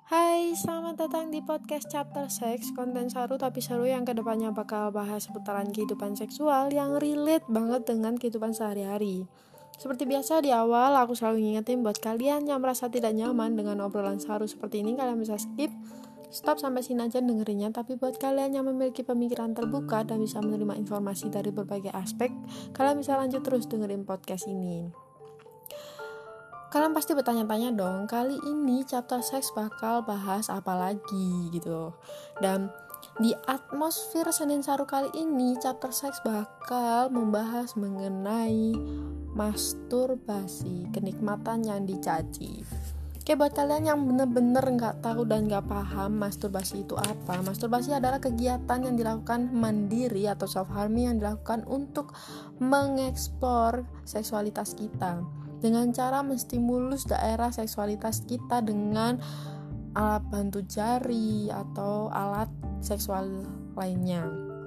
Hai, selamat datang di podcast Chapter Sex. Konten seru tapi seru yang kedepannya bakal bahas seputaran kehidupan seksual yang relate banget dengan kehidupan sehari-hari. Seperti biasa di awal, aku selalu ngingetin buat kalian yang merasa tidak nyaman dengan obrolan seru seperti ini, kalian bisa stop sampai sini aja dengerinnya. Tapi buat kalian yang memiliki pemikiran terbuka dan bisa menerima informasi dari berbagai aspek, kalian bisa lanjut terus dengerin podcast ini. Kalian pasti bertanya-tanya dong, kali ini chapter seks bakal bahas apa lagi gitu. Dan di atmosfer Senin Saru kali ini, chapter seks bakal membahas mengenai masturbasi, kenikmatan yang dicaci. Oke, buat kalian yang bener-bener gak tahu dan gak paham masturbasi itu apa, masturbasi adalah kegiatan yang dilakukan mandiri atau self-harming yang dilakukan untuk mengeksplor seksualitas kita dengan cara menstimulus daerah seksualitas kita dengan alat bantu jari atau alat seksual lainnya.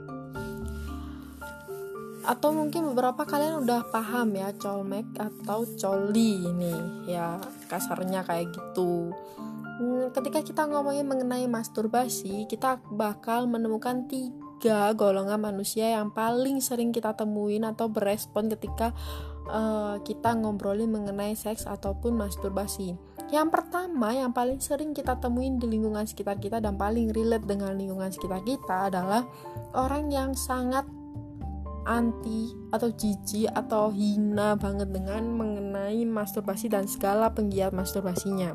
Atau mungkin beberapa kalian udah paham ya colmek atau coli ini ya, kasarnya kayak gitu. Ketika kita ngomongin mengenai masturbasi, kita bakal menemukan 3 golongan manusia yang paling sering kita temuin atau berespon ketika kita ngobrolin mengenai seks ataupun masturbasi. Yang pertama yang paling sering kita temuin di lingkungan sekitar kita dan paling relate dengan lingkungan sekitar kita adalah orang yang sangat anti atau jijik atau hina banget dengan mengenai masturbasi dan segala penggiat masturbasinya.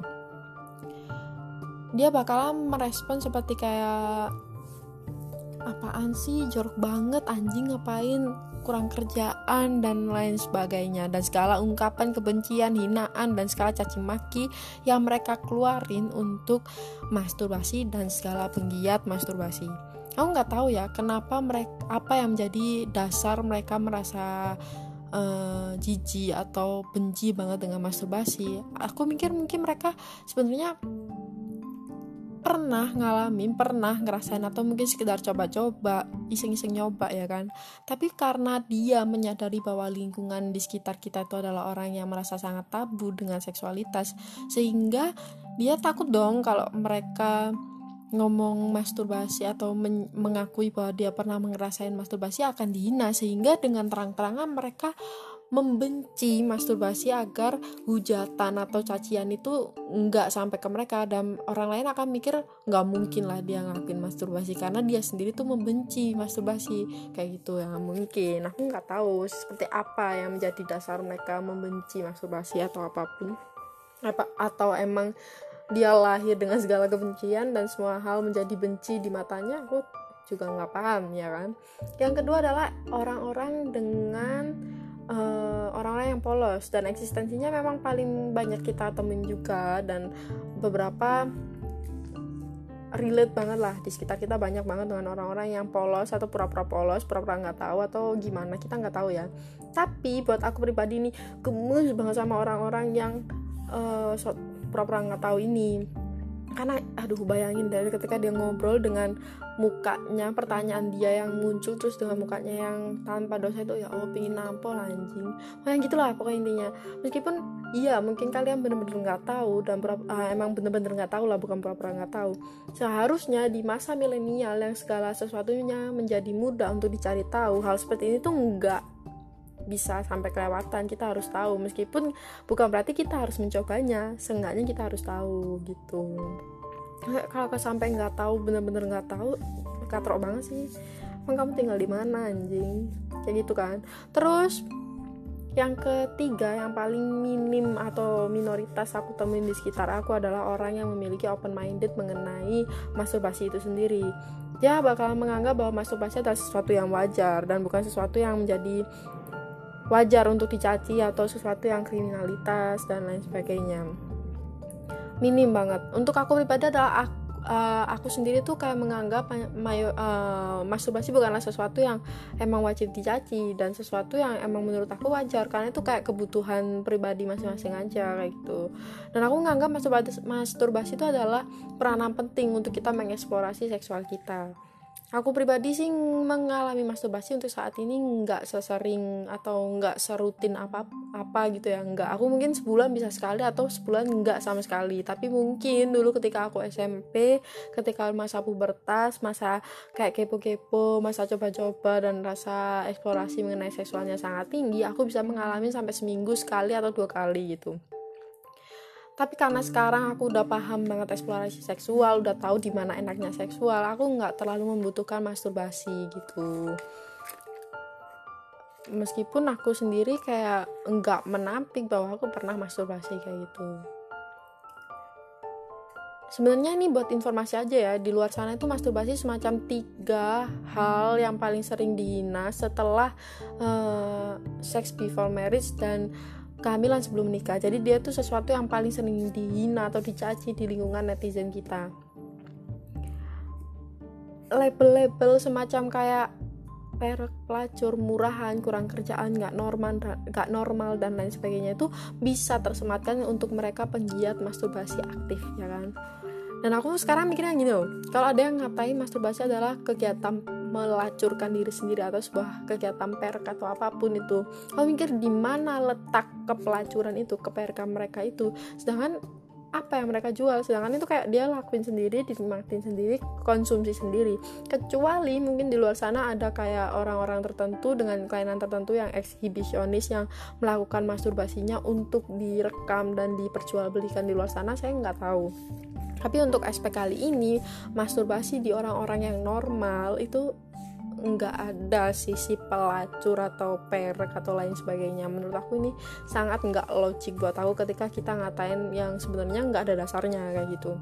Dia bakalan merespon seperti kayak, apaan sih, jorok banget, anjing, ngapain, kurang kerjaan, dan lain sebagainya. Dan segala ungkapan kebencian, hinaan, dan segala caci maki yang mereka keluarin untuk masturbasi dan segala penggiat masturbasi. Aku gak tahu ya kenapa mereka, apa yang menjadi dasar mereka merasa jijik atau benci banget dengan masturbasi. Aku mikir mungkin mereka sebenarnya pernah ngalamin, pernah ngerasain, atau mungkin sekedar coba-coba, iseng-iseng nyoba ya kan. Tapi karena dia menyadari bahwa lingkungan di sekitar kita itu adalah orang yang merasa sangat tabu dengan seksualitas, sehingga dia takut dong kalau mereka ngomong masturbasi atau mengakui bahwa dia pernah ngerasain masturbasi akan dihina, sehingga dengan terang-terangan mereka membenci masturbasi agar hujatan atau cacian itu nggak sampai ke mereka, dan orang lain akan mikir nggak mungkin lah dia ngelakuin masturbasi karena dia sendiri tuh membenci masturbasi kayak gitu ya. Mungkin aku nggak tahu seperti apa yang menjadi dasar mereka membenci masturbasi atau apapun, atau emang dia lahir dengan segala kebencian dan semua hal menjadi benci di matanya. Aku juga nggak paham ya kan. Yang kedua adalah orang-orang dengan orang-orang yang polos, dan eksistensinya memang paling banyak kita temuin juga, dan beberapa relate banget lah di sekitar kita. Banyak banget dengan orang-orang yang polos atau pura-pura polos, pura-pura nggak tahu atau gimana, kita nggak tahu ya. Tapi buat aku pribadi nih, gemes banget sama orang-orang yang pura-pura nggak tahu ini. Karena bayangin dari ketika dia ngobrol dengan mukanya, pertanyaan dia yang muncul terus dengan mukanya yang tanpa dosa itu, ya Allah pingin nampol anjing. Kayak gitulah pokoknya intinya. Meskipun iya mungkin kalian bener-bener gak tahu, dan emang bener-bener gak tahu lah, bukan pura-pura gak tahu. Seharusnya di masa milenial yang segala sesuatunya menjadi mudah untuk dicari tahu, hal seperti ini tuh enggak bisa sampai kelewatan. Kita harus tahu, meskipun bukan berarti kita harus mencobanya, seenggaknya kita harus tahu gitu. Kalau sampai nggak tahu, bener-bener nggak tahu, katrok banget sih. Emang kamu tinggal di mana anjing, kayak gitu kan. Terus yang ketiga yang paling minim atau minoritas aku temuin di sekitar aku adalah orang yang memiliki open minded mengenai masturbasi itu sendiri. Dia bakal menganggap bahwa masturbasi adalah sesuatu yang wajar dan bukan sesuatu yang menjadi wajar untuk dicaci atau sesuatu yang kriminalitas dan lain sebagainya. Minim banget. Untuk aku pribadi adalah aku sendiri tuh kayak menganggap masturbasi bukanlah sesuatu yang emang wajib dicaci dan sesuatu yang emang menurut aku wajar, karena itu kayak kebutuhan pribadi masing-masing aja kayak gitu. Dan aku menganggap masturbasi itu adalah peranan penting untuk kita mengeksplorasi seksual kita. Aku pribadi sih mengalami masturbasi untuk saat ini nggak sesering atau nggak serutin apa gitu ya, nggak. Aku mungkin sebulan bisa sekali atau sebulan nggak sama sekali. Tapi mungkin dulu ketika aku SMP, ketika masa pubertas, masa kayak kepo-kepo, masa coba-coba dan rasa eksplorasi mengenai seksualnya sangat tinggi, aku bisa mengalami sampai seminggu sekali atau 2 kali gitu. Tapi karena sekarang aku udah paham banget eksplorasi seksual, udah tahu di mana enaknya seksual, aku nggak terlalu membutuhkan masturbasi gitu. Meskipun aku sendiri kayak nggak menampik bahwa aku pernah masturbasi kayak gitu. Sebenarnya ini buat informasi aja ya, di luar sana itu masturbasi semacam 3 hal yang paling sering dihina setelah sex before marriage dan kehamilan sebelum nikah. Jadi dia tuh sesuatu yang paling sering dihina atau dicaci di lingkungan netizen kita. Label-label semacam kayak perek, pelacur, murahan, kurang kerjaan, nggak normal dan lain sebagainya itu bisa tersematkan untuk mereka penggiat masturbasi aktif, ya kan? Dan aku sekarang mikirnya gini loh, kalau ada yang ngatain masturbasi adalah kegiatan melacurkan diri sendiri atau sebuah kegiatan perek atau apapun itu, aku mikir di mana letak kepelacuran itu, keperekan mereka itu, sedangkan apa yang mereka jual, sedangkan itu kayak dia lakuin sendiri, dinikmatin sendiri, konsumsi sendiri. Kecuali mungkin di luar sana ada kayak orang-orang tertentu dengan kelainan tertentu yang ekshibisionis yang melakukan masturbasinya untuk direkam dan diperjualbelikan di luar sana, saya nggak tahu. Tapi untuk aspek kali ini, masturbasi di orang-orang yang normal itu nggak ada sisi pelacur atau perek atau lain sebagainya. Menurut aku ini sangat nggak logik buat aku ketika kita ngatain yang sebenarnya nggak ada dasarnya kayak gitu.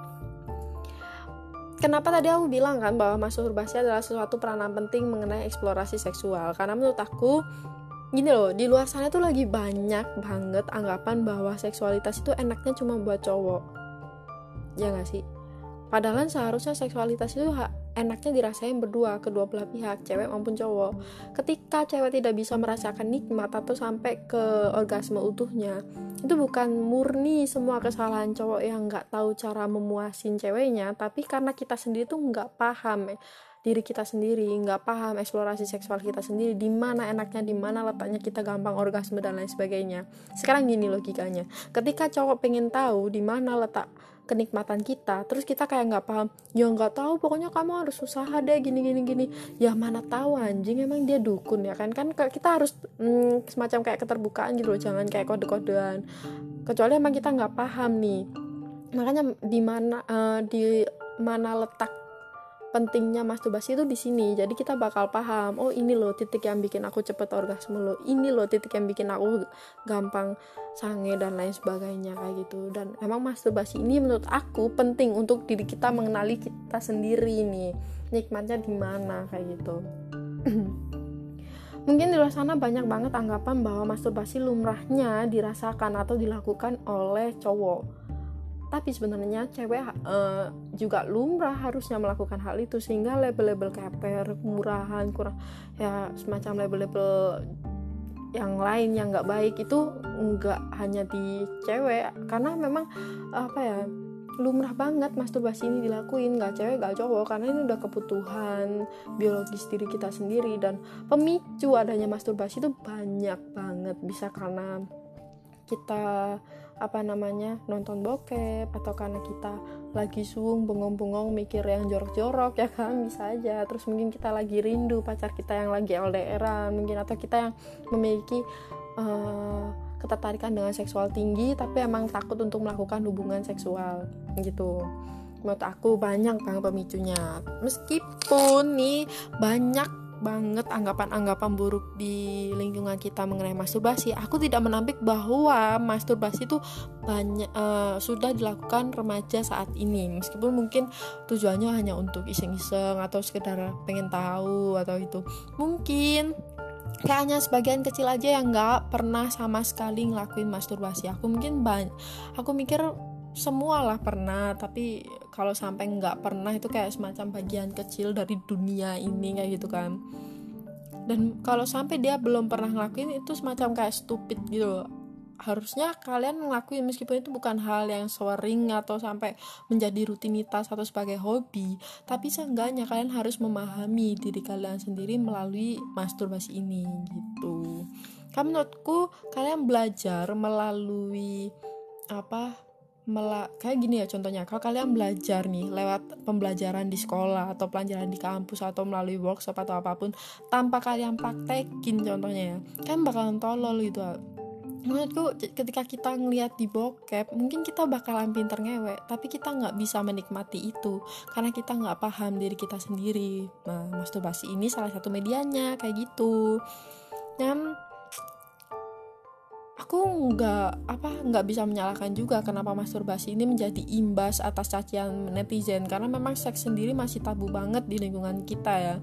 Kenapa tadi aku bilang kan bahwa masturbasi adalah sesuatu peranan penting mengenai eksplorasi seksual? Karena menurut aku gini loh, di luar sana tuh lagi banyak banget anggapan bahwa seksualitas itu enaknya cuma buat cowok, ya nggak sih? Padahal seharusnya seksualitas itu enaknya dirasain berdua, kedua belah pihak, cewek maupun cowok. Ketika cewek tidak bisa merasakan nikmat atau sampai ke orgasme utuhnya, itu bukan murni semua kesalahan cowok yang nggak tahu cara memuasin ceweknya, tapi karena kita sendiri tuh nggak paham diri kita sendiri, nggak paham eksplorasi seksual kita sendiri, di mana enaknya, di mana letaknya kita gampang orgasme dan lain sebagainya. Sekarang gini logikanya, ketika cowok pengen tahu di mana letak kenikmatan kita, terus kita kayak nggak paham, ya nggak tahu, pokoknya kamu harus usaha deh gini, ya mana tahu anjing, emang dia dukun ya kan kita harus semacam kayak keterbukaan gitu loh, jangan kayak kode-kodean, kecuali emang kita nggak paham nih. Makanya di mana letak pentingnya masturbasi itu di sini. Jadi kita bakal paham, oh ini loh titik yang bikin aku cepet orgasme loh, ini loh titik yang bikin aku gampang sange dan lain sebagainya kayak gitu. Dan emang masturbasi ini menurut aku penting untuk diri kita mengenali kita sendiri nih, nikmatnya di mana kayak gitu. Mungkin di luar sana banyak banget anggapan bahwa masturbasi lumrahnya dirasakan atau dilakukan oleh cowok. Tapi sebenarnya cewek juga lumrah harusnya melakukan hal itu, sehingga label-label kayak murahan, kurang ya semacam label-label yang lain yang nggak baik itu nggak hanya di cewek, karena memang lumrah banget masturbasi ini dilakuin, nggak cewek nggak cowok, karena ini udah kebutuhan biologis diri kita sendiri. Dan pemicu adanya masturbasi itu banyak banget, bisa karena kita nonton bokep, atau karena kita lagi suung bengong-bengong mikir yang jorok-jorok ya kan, bisa aja. Terus mungkin kita lagi rindu pacar kita yang lagi LDR-an mungkin, atau kita yang memiliki ketertarikan dengan seksual tinggi tapi emang takut untuk melakukan hubungan seksual gitu. Menurut aku banyak banget pemicunya, meskipun nih banyak banget anggapan-anggapan buruk di lingkungan kita mengenai masturbasi. Aku tidak menampik bahwa masturbasi itu banyak sudah dilakukan remaja saat ini, meskipun mungkin tujuannya hanya untuk iseng-iseng atau sekedar pengen tahu, atau itu mungkin kayaknya sebagian kecil aja yang nggak pernah sama sekali ngelakuin masturbasi. Aku mikir semua lah pernah, tapi kalau sampai nggak pernah itu kayak semacam bagian kecil dari dunia ini kayak gitu kan. Dan kalau sampai dia belum pernah ngelakuin itu semacam kayak stupid gitu. harusnya kalian ngelakuin meskipun itu bukan hal yang sering atau sampai menjadi rutinitas atau sebagai hobi, tapi seenggaknya kalian harus memahami diri kalian sendiri melalui masturbasi ini gitu. Kan menurutku kalian belajar melalui kayak gini ya contohnya, kalau kalian belajar nih lewat pembelajaran di sekolah atau pelajaran di kampus atau melalui workshop atau apapun tanpa kalian praktekin contohnya ya, kan bakalan tolol gitu. Menurutku ketika kita ngeliat di bokep mungkin kita bakalan pinter ngewek, tapi kita nggak bisa menikmati itu karena kita nggak paham diri kita sendiri. Nah, masturbasi ini salah satu medianya kayak gitu. Dan aku nggak bisa menyalahkan juga kenapa masturbasi ini menjadi imbas atas cacian netizen, karena memang seks sendiri masih tabu banget di lingkungan kita ya.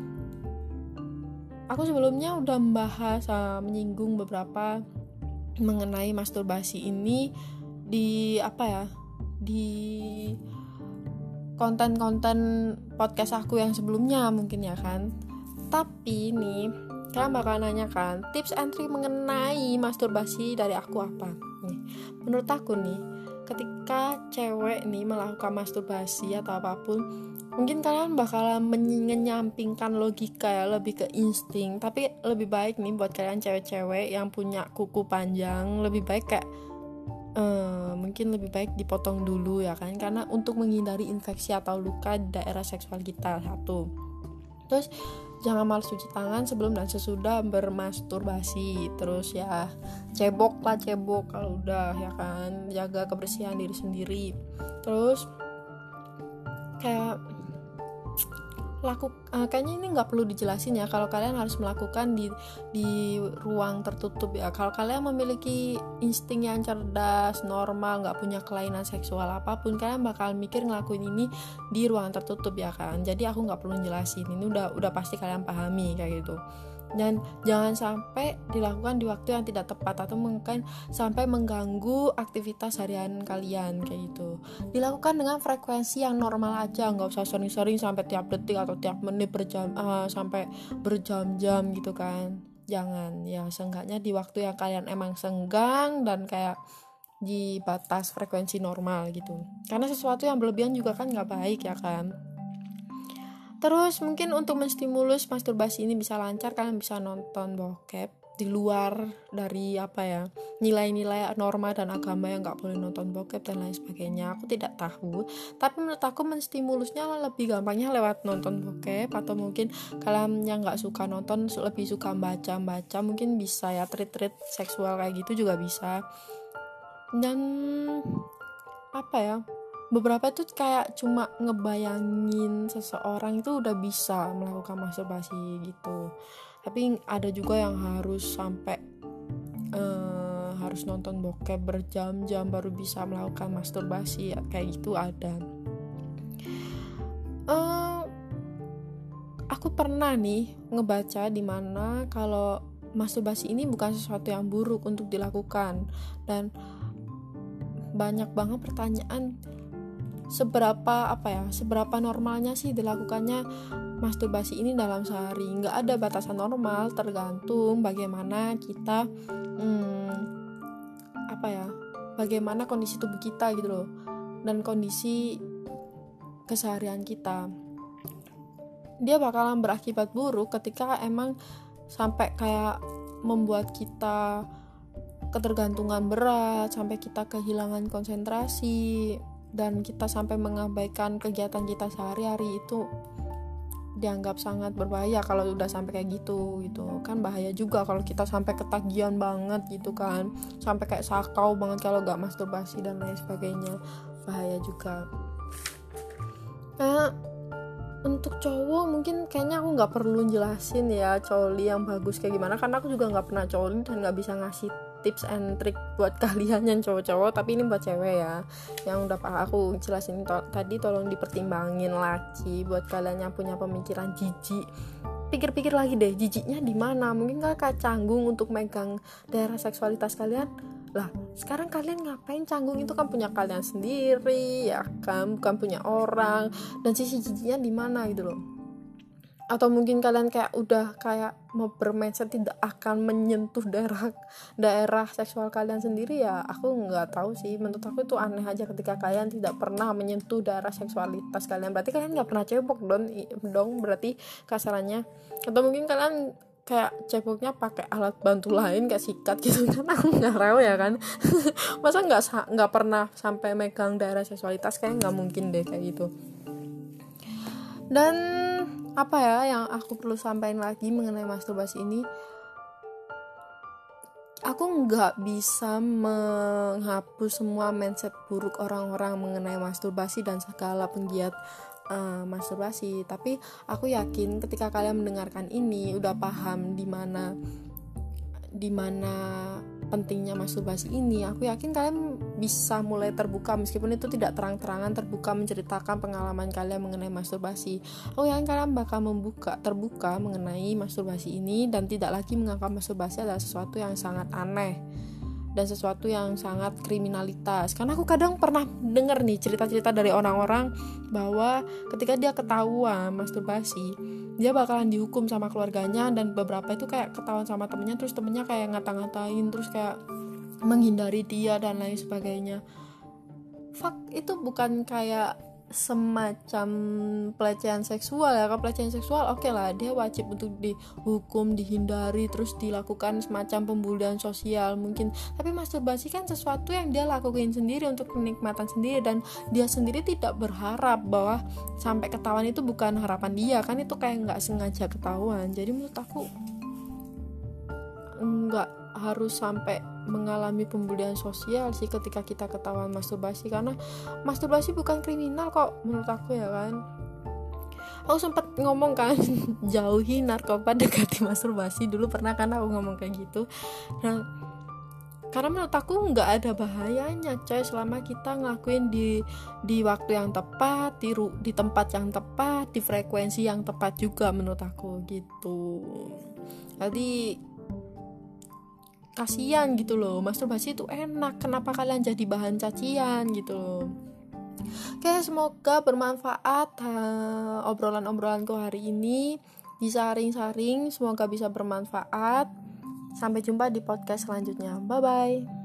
Aku sebelumnya udah membahas menyinggung beberapa mengenai masturbasi ini di di konten-konten podcast aku yang sebelumnya mungkin ya kan. Tapi nih kalian bakal nanya kan, tips and trick mengenai masturbasi dari aku apa nih? Menurut aku nih, ketika cewek nih melakukan masturbasi atau apapun, mungkin kalian bakalan menyampingkan logika ya, lebih ke insting. Tapi lebih baik nih buat kalian cewek-cewek yang punya kuku panjang, lebih baik kayak mungkin lebih baik dipotong dulu ya kan, karena untuk menghindari infeksi atau luka di daerah seksual kita satu. Terus jangan malas cuci tangan sebelum dan sesudah bermasturbasi. Terus ya cebok kalau udah ya kan, jaga kebersihan diri sendiri. Terus kayak kayaknya ini nggak perlu dijelasin ya kalau kalian harus melakukan di ruang tertutup ya. Kalau kalian memiliki insting yang cerdas, normal, nggak punya kelainan seksual apapun, kalian bakal mikir ngelakuin ini di ruang tertutup ya kan. Jadi aku nggak perlu jelasin, ini udah pasti kalian pahami kayak gitu. Dan jangan sampai dilakukan di waktu yang tidak tepat atau mungkin sampai mengganggu aktivitas harian kalian kayak gitu. Dilakukan dengan frekuensi yang normal aja, nggak usah sering-sering sampai tiap detik atau tiap menit sampai berjam-jam gitu kan. Jangan, ya seenggaknya di waktu yang kalian emang senggang dan kayak di batas frekuensi normal gitu. Karena sesuatu yang berlebihan juga kan nggak baik ya kan. Terus mungkin untuk menstimulus masturbasi ini bisa lancar, kalian bisa nonton bokep di luar dari nilai-nilai norma dan agama yang nggak boleh nonton bokep dan lain sebagainya. Aku tidak tahu, tapi menurut aku menstimulusnya lebih gampangnya lewat nonton bokep, atau mungkin kalian yang nggak suka nonton lebih suka baca mungkin bisa ya, treat seksual kayak gitu juga bisa. Dan beberapa tuh kayak cuma ngebayangin seseorang itu udah bisa melakukan masturbasi gitu. Tapi ada juga yang harus sampai harus nonton bokep berjam-jam baru bisa melakukan masturbasi ya, kayak gitu ada. Aku pernah nih ngebaca di mana kalau masturbasi ini bukan sesuatu yang buruk untuk dilakukan, dan banyak banget pertanyaan seberapa normalnya sih dilakukannya masturbasi ini dalam sehari. Nggak ada batasan normal, tergantung bagaimana kita bagaimana kondisi tubuh kita gitu loh, dan kondisi keseharian kita. Dia bakalan berakibat buruk ketika emang sampai kayak membuat kita ketergantungan berat, sampai kita kehilangan konsentrasi, dan kita sampai mengabaikan kegiatan kita sehari-hari. Itu dianggap sangat berbahaya kalau udah sampai kayak gitu kan. Bahaya juga kalau kita sampai ketagihan banget gitu kan, sampai kayak sakau banget kalau gak masturbasi dan lain sebagainya, bahaya juga. Untuk cowok mungkin kayaknya aku gak perlu jelasin ya coli yang bagus kayak gimana, karena aku juga gak pernah coli dan gak bisa ngasih tips and trick buat kalian yang cowok-cowok. Tapi ini buat cewek ya, yang udah aku jelasin tadi, tolong dipertimbangin lagi. Buat kalian yang punya pemikiran jijik, pikir-pikir lagi deh, jijiknya di mana. Mungkin kakak canggung untuk megang daerah seksualitas kalian. Lah, sekarang kalian ngapain canggung? Itu kan punya kalian sendiri ya kan, bukan punya orang. Dan sisi jijiknya di mana gitu loh. atau mungkin kalian kayak udah kayak mau bermindset tidak akan menyentuh daerah seksual kalian sendiri, ya aku nggak tahu sih. Menurut aku itu aneh aja ketika kalian tidak pernah menyentuh daerah seksualitas kalian, berarti kalian nggak pernah cebok dong berarti kasarannya. Atau mungkin kalian kayak ceboknya pakai alat bantu lain kayak sikat gitu kan, aku nggak tahu ya kan. Masa nggak pernah sampai megang daerah seksualitas, kayak nggak mungkin deh kayak gitu. Dan apa ya yang aku perlu sampaikan lagi mengenai masturbasi ini, aku nggak bisa menghapus semua mindset buruk orang-orang mengenai masturbasi dan segala penggiat masturbasi. Tapi aku yakin ketika kalian mendengarkan ini udah paham di mana pentingnya masturbasi ini, aku yakin kalian bisa mulai terbuka, meskipun itu tidak terang-terangan terbuka menceritakan pengalaman kalian mengenai masturbasi. Aku yakin kalian bakal terbuka mengenai masturbasi ini dan tidak lagi menganggap masturbasi adalah sesuatu yang sangat aneh dan sesuatu yang sangat kriminalitas. Karena aku kadang pernah dengar nih cerita-cerita dari orang-orang bahwa ketika dia ketahuan masturbasi, dia bakalan dihukum sama keluarganya, dan beberapa itu kayak ketahuan sama temennya, terus temennya kayak ngata-ngatain, terus kayak menghindari dia dan lain sebagainya. Fuck, itu bukan kayak semacam pelecehan seksual ya. Kalau pelecehan seksual oke lah, dia wajib untuk dihukum, dihindari, terus dilakukan semacam pembulian sosial mungkin. Tapi masturbasi kan sesuatu yang dia lakukan sendiri untuk kenikmatan sendiri, dan dia sendiri tidak berharap bahwa sampai ketahuan itu bukan harapan dia kan, itu kayak nggak sengaja ketahuan. Jadi menurut aku nggak harus sampai mengalami pembulian sosial sih ketika kita ketahuan masturbasi, karena masturbasi bukan kriminal kok menurut aku ya kan. Aku sempat ngomong kan jauhi narkoba, dekati masturbasi, dulu pernah kan aku ngomong kayak gitu. Nah, karena menurut aku nggak ada bahayanya coy, selama kita ngelakuin di waktu yang tepat, di tempat yang tepat, di frekuensi yang tepat juga menurut aku gitu. Jadi kasihan gitu loh, masturbasi itu enak, kenapa kalian jadi bahan cacian gitu loh. Oke, semoga bermanfaat obrolan-obrolanku hari ini, disaring-saring, semoga bisa bermanfaat. Sampai jumpa di podcast selanjutnya, bye bye.